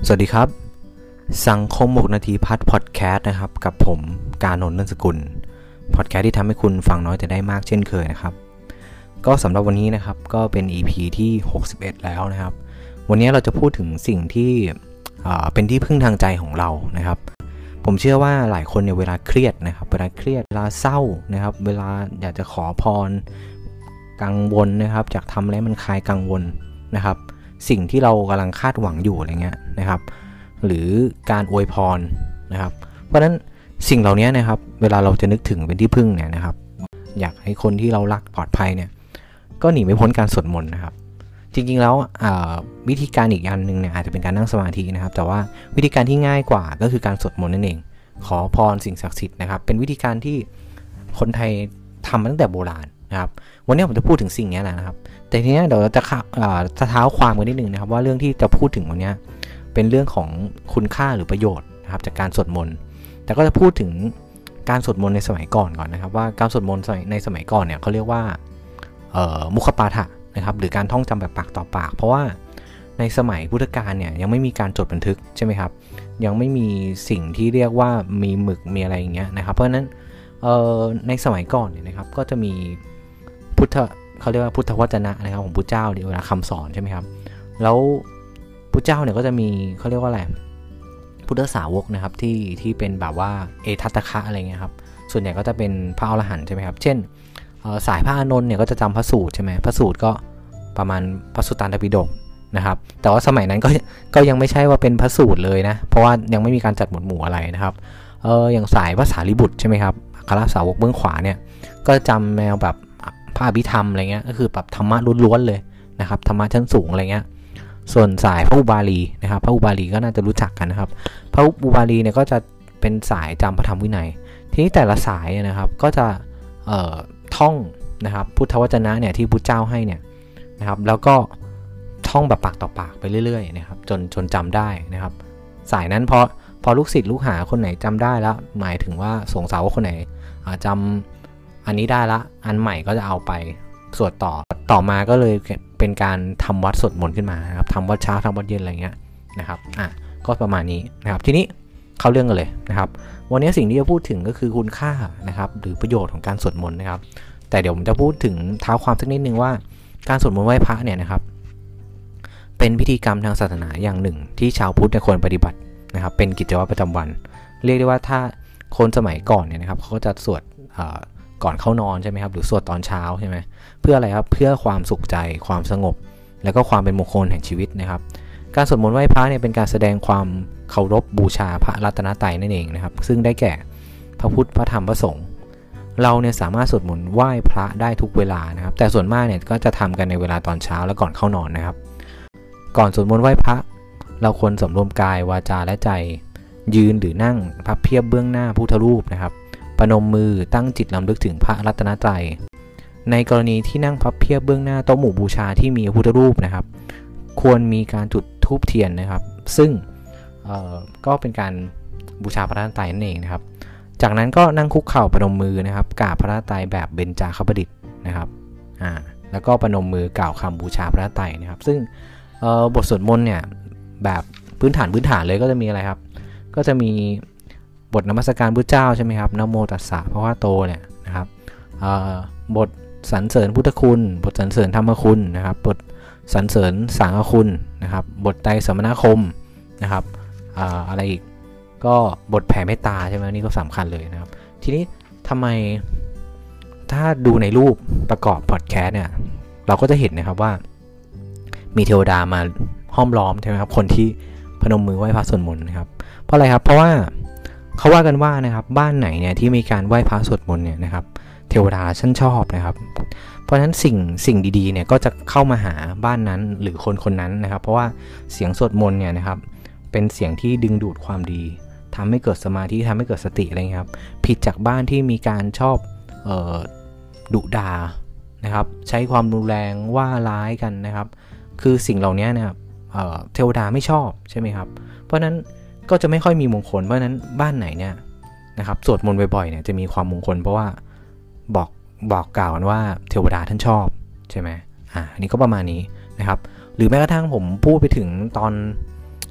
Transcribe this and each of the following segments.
สวัสดีครับสังคม6 นาทีพัดพอดแคสต์นะครับกับผมกานนท์ เนินสกุลพอดแคสต์ที่ทำให้คุณฟังน้อยแต่ได้มากเช่นเคยนะครับก็สำหรับวันนี้นะครับก็เป็น EP ที่61แล้วนะครับวันนี้เราจะพูดถึงสิ่งที่เป็นที่พึ่งทางใจของเรานะครับผมเชื่อว่าหลายคนเนี่ยเวลาเครียดนะครับเวลาเศร้านะครับเวลาอยากจะขอพรกังวลนะครับจากทำอะไรมันคลายกังวลนะครับสิ่งที่เรากำลังคาดหวังอยู่อะไรเงี้ยนะครับหรือการอวยพรนะครับเพราะฉะนั้นสิ่งเหล่านี้นะครับเวลาเราจะนึกถึงเป็นที่พึ่งเนี่ยนะครับอยากให้คนที่เรารักปลอดภัยเนี่ยก็หนีไม่พ้นการสวดมนต์นะครับจริงๆแล้ววิธีการอีกอันนึงเนี่ยอาจจะเป็นการนั่งสมาธินะครับแต่ว่าวิธีการที่ง่ายกว่าก็คือการสวดมนต์นั่นเองขอพรสิ่งศักดิ์สิทธิ์นะครับเป็นวิธีการที่คนไทยทำมาตั้งแต่โบราณนะครับวันนี้ผมจะพูดถึงสิ่งนี้แหละนะครับแต่ทีนี้เดี๋ยวเราจะเท้าความกันนิดนึงนะครับว่าเรื่องที่จะพูดถึงวันนี้เป็นเรื่องของคุณค่าหรือประโยชน์นะครับจากการสวดมนต์แต่ก็จะพูดถึงการสวดมนต์ในสมัยก่อนนะครับว่าการสวดมนต์ในสมัยก่อนเนี่ยเขาเรียกว่ามุขปาฐะนะครับหรือการท่องจำแบบปากต่อปากเพราะว่าในสมัยพุทธกาลเนี่ยยังไม่มีการจดบันทึกใช่ไหมครับยังไม่มีสิ่งที่เรียกว่ามีหมึกมีอะไรอย่างเงี้ยนะครับเพราะฉะนั้นในสมัยก่อนเนี่ยนะครับก็จะมีเขาเรียกว่าพุทธวจนะนะครับของพุทธเจ้าเวลาคำสอนใช่ไหมครับแล้วพุทธเจ้าเนี่ยก็จะมีเขาเรียกว่าอะไรพุทธสาวกนะครับที่เป็นแบบว่าเอทัตตคะอะไรเงี้ยครับส่วนใหญ่ก็จะเป็นพระอรหันต์ใช่ไหมครับเช่นสายพระอานนท์เนี่ยก็จะจำพระสูตรใช่ไหมพระสูตรก็ประมาณพระสุตตันตปิฎกนะครับแต่ว่าสมัยนั้นก็ยังไม่ใช่ว่าเป็นพระสูตรเลยนะเพราะว่ายังไม่มีการจัดหมวดหมู่อะไรนะครับอย่างสายพระสารีบุตรใช่ไหมครับอัครสาวกเบื้องขวาเนี่ยก็จำแนวแบบพระอภิธรรมอะไรเงี้ยก็คือแบบธรรมะล้วนๆเลยนะครับธรรมะชั้นสูงอะไรเงี้ยส่วนสายพระอุบาลีนะครับพระอุบาลีก็น่าจะรู้จักกันนะครับพระอุบาลีเนี่ยก็จะเป็นสายจำพระธรรมวินัยทีนี้แต่ละสายนะครับก็จะท่องนะครับพุทธวจนะเนี่ยที่พุทธเจ้าให้เนี่ยนะครับแล้วก็ท่องแบบปากต่อปากไปเรื่อยๆนะครับจนจำได้นะครับสายนั้นพอลูกศิษย์ลูกหาคนไหนจำได้แล้วหมายถึงว่าสงสาวว่าคนไหนจำอันนี้ได้ละอันใหม่ก็จะเอาไปสวดต่อมาก็เลยเป็นการทำวัดสวดมนต์ขึ้นมานะครับทำวัดเช้าทำวัดเย็นอะไรเงี้ยนะครับก็ประมาณนี้นะครับทีนี้เข้าเรื่องกันเลยนะครับวันนี้สิ่งที่จะพูดถึงก็คือคุณค่านะครับหรือประโยชน์ของการสวดมนต์นะครับแต่เดี๋ยวผมจะพูดถึงเท้าความสักนิดนึงว่าการสวดมนต์ไหว้พระเนี่ยนะครับเป็นพิธีกรรมทางศาสนาอย่างหนึ่งที่ชาวพุทธควรปฏิบัตินะครับเป็นกิจวัตรประจำวันเรียกได้ว่าถ้าคนสมัยก่อนเนี่ยนะครับเขาก็จะสวดก่อนเข้านอนใช่ไหมครับหรือสวดตอนเช้าใช่ไหมเพื่ออะไรครับเพื่อความสุขใจความสงบแล้วก็ความเป็นมงคลแห่งชีวิตนะครับการสวดมนต์ไหว้พระเนี่ยเป็นการแสดงความเคารพบูชาพระรัตนตรัยนั่นเองนะครับซึ่งได้แก่พระพุทธพระธรรมพระสงฆ์เราเนี่ยสามารถสวดมนต์ไหว้พระได้ทุกเวลานะครับแต่ส่วนมากเนี่ยก็จะทำกันในเวลาตอนเช้าและก่อนเข้านอนนะครับก่อนสวดมนต์ไหว้พระเราควรสำรวมกายวาจาและใจยืนหรือนั่งพับเพียบเบื้องหน้าพุทธรูปนะครับประนมมือตั้งจิตรำลึกถึงพระรัตนตรัยในกรณีที่นั่งพับเพียบเบื้องหน้าโต๊ะหมู่บูชาที่มีพุทธรูปนะครับควรมีการจุดธูปเทียนนะครับซึ่งก็เป็นการบูชาพระรัตนตรัยนั่นเองนะครับจากนั้นก็นั่งคุกเข่าประนมมือนะครับกราบพระรัตนตรัยแบบเบญจาคประดิษฐ์นะครับแล้วก็ประนมมือกล่าวคำบูชาพระรัตนตรัยนะครับซึ่งบทสวดมนต์เนี่ยแบบพื้นฐานเลยก็จะมีอะไรครับก็จะมีบทนมัสการพุทธเจ้าใช่ไหมครับนะโมตัสสะภะคะวะโตเนี่ยนะครับบทสรรเสริญพุทธคุณบทสรรเสริญธรรมคุณนะครับบทสรรเสริญสังฆคุณนะครับบทไตรสมณคมนะครับอะไรอีกก็บทแผ่เมตตาใช่ไหมนี่ก็สำคัญเลยนะครับทีนี้ทำไมถ้าดูในรูปประกอบพอดแคสต์เนี่ยเราก็จะเห็นนะครับว่ามีเทวดามาห้อมล้อมใช่ไหมครับคนที่พนมมือไหว้พระสวดมนต์นะครับเพราะอะไรครับเพราะว่าเขาว่ากันว่านะครับบ้านไหนเนี่ยที่มีการไหว้พระสวดมนต์เนี่ยนะครับเทวดาชั้นชอบนะครับเพราะฉะนั้นสิ่งดีๆเนี่ยก็จะเข้ามาหาบ้านนั้นหรือคนนั้นนะครับเพราะว่าเสียงสวดมนต์เนี่ยนะครับเป็นเสียงที่ดึงดูดความดีทำให้เกิดสมาธิทำให้เกิดสติอะไรเงี้ยครับผิดจากบ้านที่มีการชอบดุด่านะครับใช้ความรุนแรงว่าร้ายกันนะครับคือสิ่งเหล่านี้นะครับเทวดาไม่ชอบใช่ไหมครับเพราะฉะนั้นก็จะไม่ค่อยมีมงคลเพราะฉะนั้นบ้านไหนเนี่ยนะครับสวดมนต์บ่อยๆเนี่ยจะมีความมงคลเพราะว่าบอกกล่าวกันว่าเทวดาท่านชอบใช่ไหมอันนี้ก็ประมาณนี้นะครับหรือแม้กระทั่งผมพูดไปถึงตอน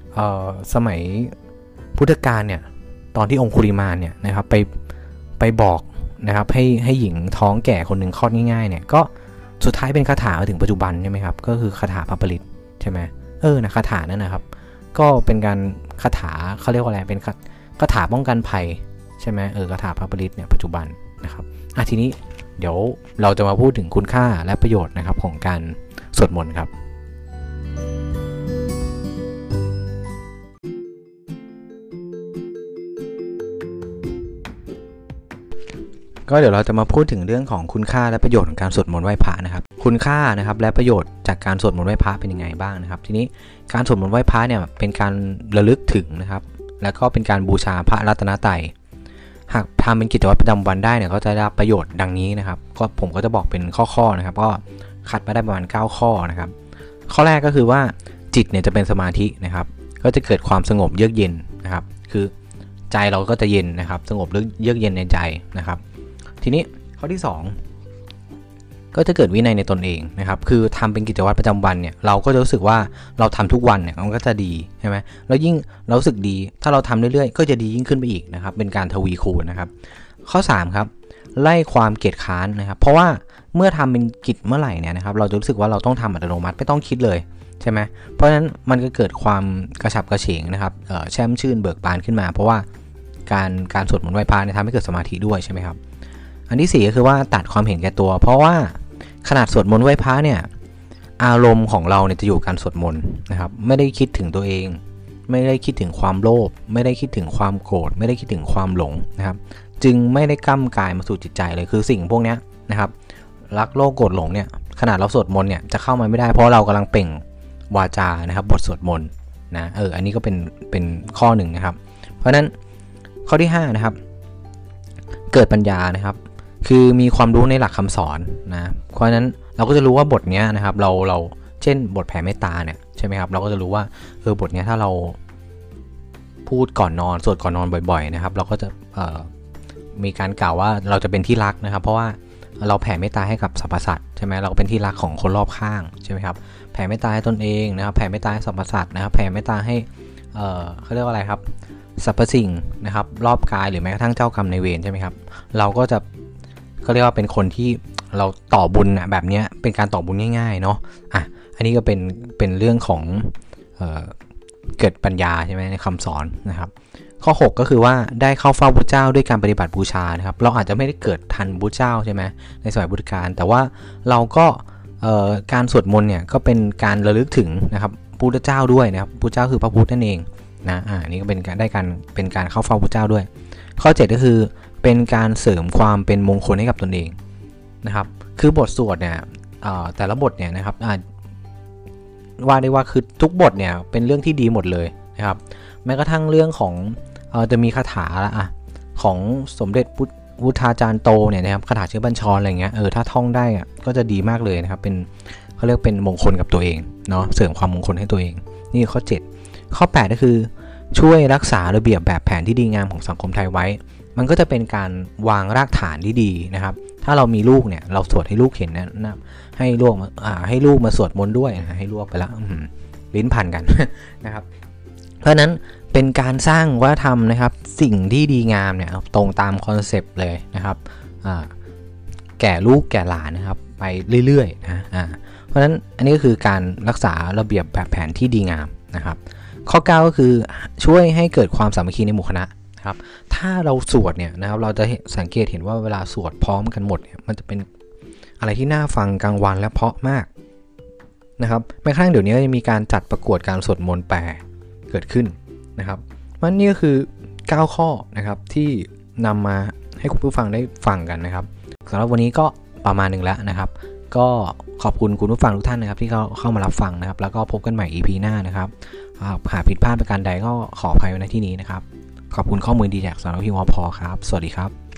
สมัยพุทธกาลเนี่ยตอนที่องคุลิมานเนี่ยนะครับไปบอกนะครับให้หญิงท้องแก่คนหนึ่งคลอดง่ายๆเนี่ยก็สุดท้ายเป็นคาถาถึงปัจจุบันใช่ไหมครับก็คือคาถาพระปริตใช่ไหมนะคาถานั่นนะครับก็เป็นการคาถาเขาเรียกว่าอะไรเป็นคาถาป้องกันภัยใช่ไหมคาถาพระปริตเนี่ยปัจจุบันนะครับทีนี้เดี๋ยวเราจะมาพูดถึงคุณค่าและประโยชน์นะครับของการสวดมนต์ครับก็เดี๋ยวเราจะมาพูดถึงเรื่องของคุณค่าและประโยชน์ของการสวดมนต์ไหว้พระนะครับคุณค่านะครับและประโยชน์จากการสวดมนต์ไหว้พระเป็นยังไงบ้างนะครับทีนี้การสวดมนต์ไหว้พระเนี่ยเป็นการระลึกถึงนะครับแล้วก็เป็นการบูชาพระรัตนตรัยหากทำเป็นกิจวัตรประจำวันได้เนี่ยก็จะได้ประโยชน์ดังนี้นะครับก็ผมก็จะบอกเป็นข้อนะครับก็คัดมาได้ประมาณ9ข้อนะครับข้อแรกก็คือว่าจิตเนี่ยจะเป็นสมาธินะครับก็จะเกิดความสงบเยือกเย็นนะครับคือใจเราก็จะเย็นนะครับสงบเยือกเย็นในใจนะครับทีนี้ข้อที่2ก็จะเกิดวินัยในตนเองนะครับคือทำเป็นกิจวัตรประจำวันเนี่ยเราก็จะรู้สึกว่าเราทำทุกวันเนี่ยมันก็จะดีใช่ไหมแล้วยิ่งเรารู้สึกดีถ้าเราทำเรื่อยๆก็จะดียิ่งขึ้นไปอีกนะครับเป็นการทวีคูณนะครับข้อ3ครับไล่ความเกียจค้านนะครับเพราะว่าเมื่อทำเป็นกิจเมื่อไหร่เนี่ยนะครับเราจะรู้สึกว่าเราต้องทำอัตโนมัติไม่ต้องคิดเลยใช่ไหมเพราะฉะนั้นมันก็เกิดความกระฉับกระเฉงนะครับแช่มชื่นเบิกบานขึ้นมาเพราะว่าการสวดมนต์ไหว้พระเนี่ยทำให้เกิดสมาธิด้วยใช่ไหมครับอันที่4ก็คือว่าตัดความเห็นแก่ตัวเพราะว่าขนาดสวดมนต์ไหว้พระเนี่ยอารมณ์ของเราเนี่ยจะอยู่การสวดมนต์นะครับไม่ได้คิดถึงตัวเองไม่ได้คิดถึงความโลภไม่ได้คิดถึงความโกรธไม่ได้คิดถึงความหลงนะครับจึงไม่ได้ก้ำกายมาสู่จิตใจเลยคือสิ่งพวกนี้นะครับรักโลภโกรธหลงเนี่ยขนาดเราสวดมนต์เนี่ยจะเข้ามาไม่ได้เพราะเรากำลังเปล่งวาจานะครับบทสวดมนต์นะอันนี้ก็เป็นข้อหนึ่งนะครับเพราะฉะนั้นข้อที่5นะครับเกิดปัญญานะครับคือมีความรู้ในหลักคำสอนนะเพราะฉะนั้นเราก็จะรู้ว่าบทนี้นะครับเราเช่นบทแผ่เมตตาเนี่ยใช่ไหมครับเราก็จะรู้ว่าบทนี้ถ้าเราพูดก่อนนอนสวดก่อนนอนบ่อยๆนะครับเราก็จะมีการกล่าวว่าเราจะเป็นที่รักนะครับเพราะว่าเราแผ่เมตตาให้กับสรรพสัตว์ใช่ไหมเราเป็นที่รักของคนรอบข้างใช่ไหมครับแผ่เมตตาให้ตนเองนะครับแผ่เมตตาให้สรรพสัตว์นะครับแผ่เมตตาให้เขาเรียกว่าอะไรครับสรรพสิ่งนะครับรอบกายหรือแม้กระทั่งเจ้ากรรมนายเวรใช่ไหมครับเราก็จะเขาเรียกว่าเป็นคนที่เราต่อบุญนะแบบนี้เป็นการต่อบุญง่ายๆเนาะอันนี้ก็เป็นเรื่องของเกิดปัญญาใช่ไหมในคำสอนนะครับข้อ6ก็คือว่าได้เข้าเฝ้าพระเจ้าด้วยการปฏิบัติบูชานะครับเราอาจจะไม่ได้เกิดทันพระเจ้าใช่ไหมในสมัยพุทธกาลแต่ว่าเราก็การสวดมนต์เนี่ยก็เป็นการระลึกถึงนะครับพระพุทธเจ้าด้วยนะครับพระเจ้าคือพระพุทธนั่นเองนะนี่ก็เป็นการเข้าเฝ้าพระเจ้าด้วยข้อ7ก็คือเป็นการเสริมความเป็นมงคลให้กับตนเองนะครับคือบทสวดเนี่ยแต่ละบทเนี่ยนะครับว่าได้ว่าคือทุกบทเนี่ยเป็นเรื่องที่ดีหมดเลยนะครับแม้กระทั่งเรื่องของจะมีคาถาของสมเด็จพุทธาจารย์โตเนี่ยนะครับคาถาเชื้อบัญชรอะไรเงี้ยถ้าท่องได้ก็จะดีมากเลยนะครับเป็นเขาเรียกเป็นมงคลกับตัวเองเนาะเสริมความมงคลให้ตัวเองนี่ข้อ7ข้อ8ก็คือช่วยรักษาระเบียบแบบแผนที่ดีงามของสังคมไทยไว้มันก็จะเป็นการวางรากฐานที่ดีนะครับถ้าเรามีลูกเนี่ยเราสวดให้ลูกเห็นนะให้ลูกมาสวดมนต์ด้วยให้ลูกไปแล้วลิ้นพันกันนะครับเพราะนั้นเป็นการสร้างวัฒนธรรมนะครับสิ่งที่ดีงามเนี่ยตรงตามคอนเซปต์เลยนะครับแก่ลูกแก่หลานนะครับไปเรื่อยๆนะเพราะฉะนั้นอันนี้ก็คือการรักษาระเบียบแบบแผนที่ดีงามนะครับข้อ9ก็คือช่วยให้เกิดความสามัคคีในหมู่คณะครับถ้าเราสวดเนี่ยนะครับเราจะสังเกตเห็นว่าเวลาสวดพร้อมกันหมดเนี่ยมันจะเป็นอะไรที่น่าฟังกลางวันและเพราะมากนะครับแม้กระทั่งเดี๋ยวนี้จะมีการจัดประกวดการสวดมนต์แปลเกิดขึ้นนะครับมันนี่ก็คือ9ข้อนะครับที่นำมาให้คุณผู้ฟังได้ฟังกันนะครับสำหรับวันนี้ก็ประมาณนึงแล้วนะครับก็ขอบคุณคุณผู้ฟังทุกท่านนะครับที่เข้ามารับฟังนะครับแล้วก็พบกันใหม่ EP หน้านะครับหากผิดพลาดประการใดก็ขออภัยไว้ในที่นี้นะครับขอบคุณข้อมูลดีจากสำนักพิมพ์วพ.ครับสวัสดีครับ